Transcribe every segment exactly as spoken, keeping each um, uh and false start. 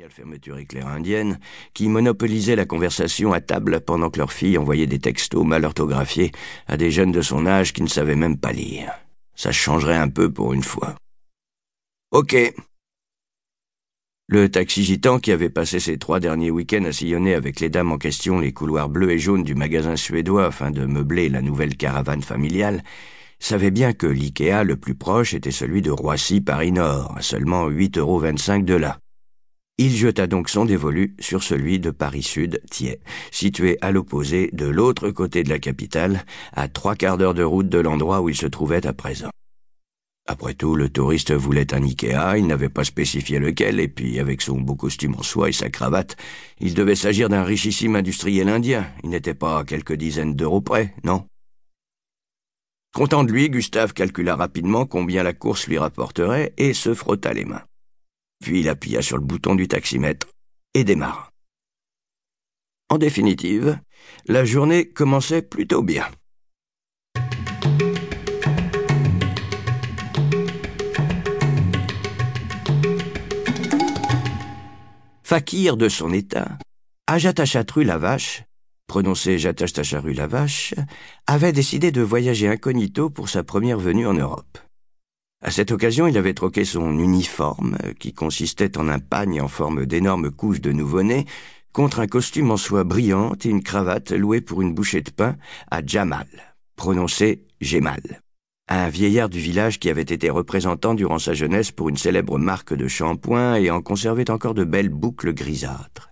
géniale fermeture éclair indienne, qui monopolisait la conversation à table pendant que leur fille envoyait des textos mal orthographiés à des jeunes de son âge qui ne savaient même pas lire. Ça changerait un peu pour une fois. Ok. Le taxi gitan, qui avait passé ses trois derniers week-ends à sillonner avec les dames en question les couloirs bleus et jaunes du magasin suédois afin de meubler la nouvelle caravane familiale, savait bien que l'Ikea le plus proche était celui de Roissy-Paris-Nord, à seulement huit euros vingt-cinq de là. Il jeta donc son dévolu sur celui de Paris-Sud, Thiais, situé à l'opposé de l'autre côté de la capitale, à trois quarts d'heure de route de l'endroit où il se trouvait à présent. Après tout, le touriste voulait un Ikea, il n'avait pas spécifié lequel, et puis avec son beau costume en soie et sa cravate, il devait s'agir d'un richissime industriel indien. Il n'était pas à quelques dizaines d'euros près, non? Content de lui, Gustave calcula rapidement combien la course lui rapporterait et se frotta les mains. Puis il appuya sur le bouton du taximètre et démarra. En définitive, la journée commençait plutôt bien. Fakir de son état, Ajatachatru la vache, prononcé Jatachtacharu la vache, avait décidé de voyager incognito pour sa première venue en Europe. À cette occasion, il avait troqué son uniforme, qui consistait en un pagne en forme d'énorme couche de nouveau-né, contre un costume en soie brillante et une cravate louée pour une bouchée de pain à Jamal, prononcé Gémal, un vieillard du village qui avait été représentant durant sa jeunesse pour une célèbre marque de shampoing et en conservait encore de belles boucles grisâtres.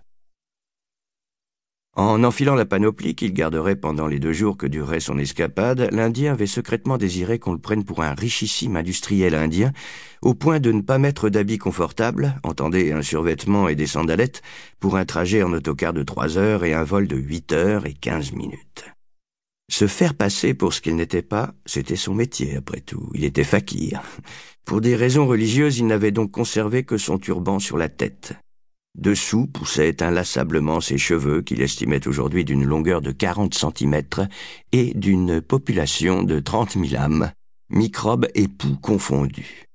En enfilant la panoplie qu'il garderait pendant les deux jours que durerait son escapade, l'Indien avait secrètement désiré qu'on le prenne pour un richissime industriel indien, au point de ne pas mettre d'habits confortables, entendez un survêtement et des sandalettes, pour un trajet en autocar de trois heures et un vol de huit heures et quinze minutes. Se faire passer pour ce qu'il n'était pas, c'était son métier, après tout. Il était fakir. Pour des raisons religieuses, il n'avait donc conservé que son turban sur la tête. Dessous poussaient inlassablement ses cheveux, qu'il estimait aujourd'hui d'une longueur de quarante centimètres et d'une population de trente mille âmes, microbes et poux confondus.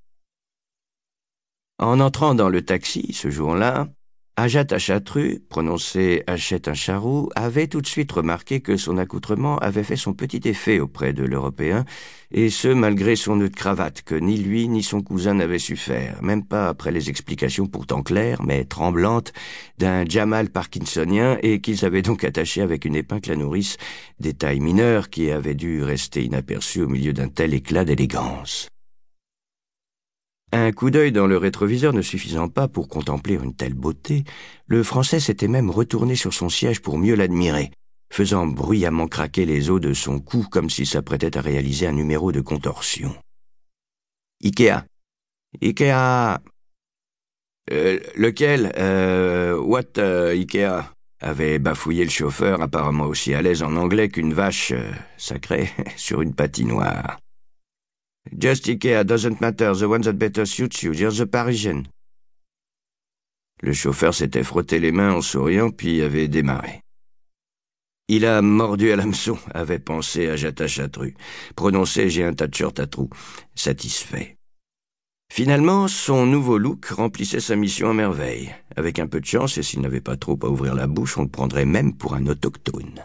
En entrant dans le taxi, ce jour-là, Ajatachatru, prononcé Achète un charou, avait tout de suite remarqué que son accoutrement avait fait son petit effet auprès de l'Européen, et ce malgré son nœud de cravate que ni lui ni son cousin n'avaient su faire, même pas après les explications pourtant claires, mais tremblantes, d'un Jamal parkinsonien, et qu'ils avaient donc attaché avec une épingle à nourrice, détail mineur qui avait dû rester inaperçu au milieu d'un tel éclat d'élégance. Un coup d'œil dans le rétroviseur ne suffisant pas pour contempler une telle beauté, le Français s'était même retourné sur son siège pour mieux l'admirer, faisant bruyamment craquer les os de son cou comme s'il s'apprêtait à réaliser un numéro de contorsion. Ikea. Ikea. Euh, lequel euh, What euh, Ikea avait bafouillé le chauffeur, apparemment aussi à l'aise en anglais qu'une vache euh, sacrée sur une patinoire. Just Ikea, doesn't matter, the one that better suits you, you're the Parisian. Le chauffeur s'était frotté les mains en souriant, puis avait démarré. Il a mordu à l'hameçon, avait pensé Ajatachatru, prononcé j'ai un tas de shorts à trous, satisfait. Finalement, son nouveau look remplissait sa mission à merveille. Avec un peu de chance, et s'il n'avait pas trop à ouvrir la bouche, on le prendrait même pour un autochtone.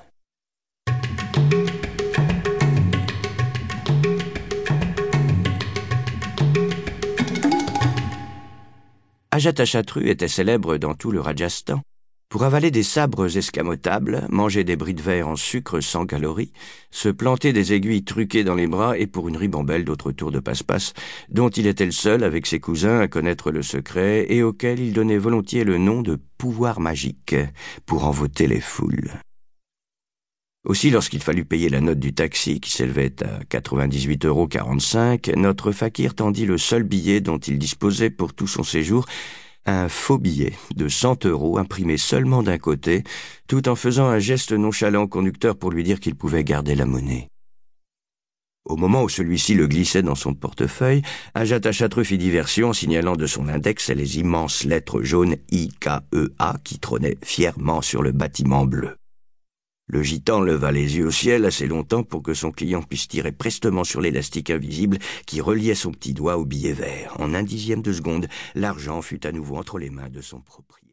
Ajatachatru était célèbre dans tout le Rajasthan pour avaler des sabres escamotables, manger des bris de verre en sucre sans calories, se planter des aiguilles truquées dans les bras et pour une ribambelle d'autres tours de passe-passe dont il était le seul avec ses cousins à connaître le secret et auquel il donnait volontiers le nom de pouvoir magique pour envoûter les foules. Aussi, lorsqu'il fallut payer la note du taxi, qui s'élevait à quatre-vingt-dix-huit euros quarante-cinq, notre fakir tendit le seul billet dont il disposait pour tout son séjour, un faux billet de cent euros imprimé seulement d'un côté, tout en faisant un geste nonchalant au conducteur pour lui dire qu'il pouvait garder la monnaie. Au moment où celui-ci le glissait dans son portefeuille, Ajatachatru fit diversion en signalant de son index les immenses lettres jaunes I K E A qui trônaient fièrement sur le bâtiment bleu. Le gitan leva les yeux au ciel assez longtemps pour que son client puisse tirer prestement sur l'élastique invisible qui reliait son petit doigt au billet vert. En un dixième de seconde, l'argent fut à nouveau entre les mains de son propriétaire.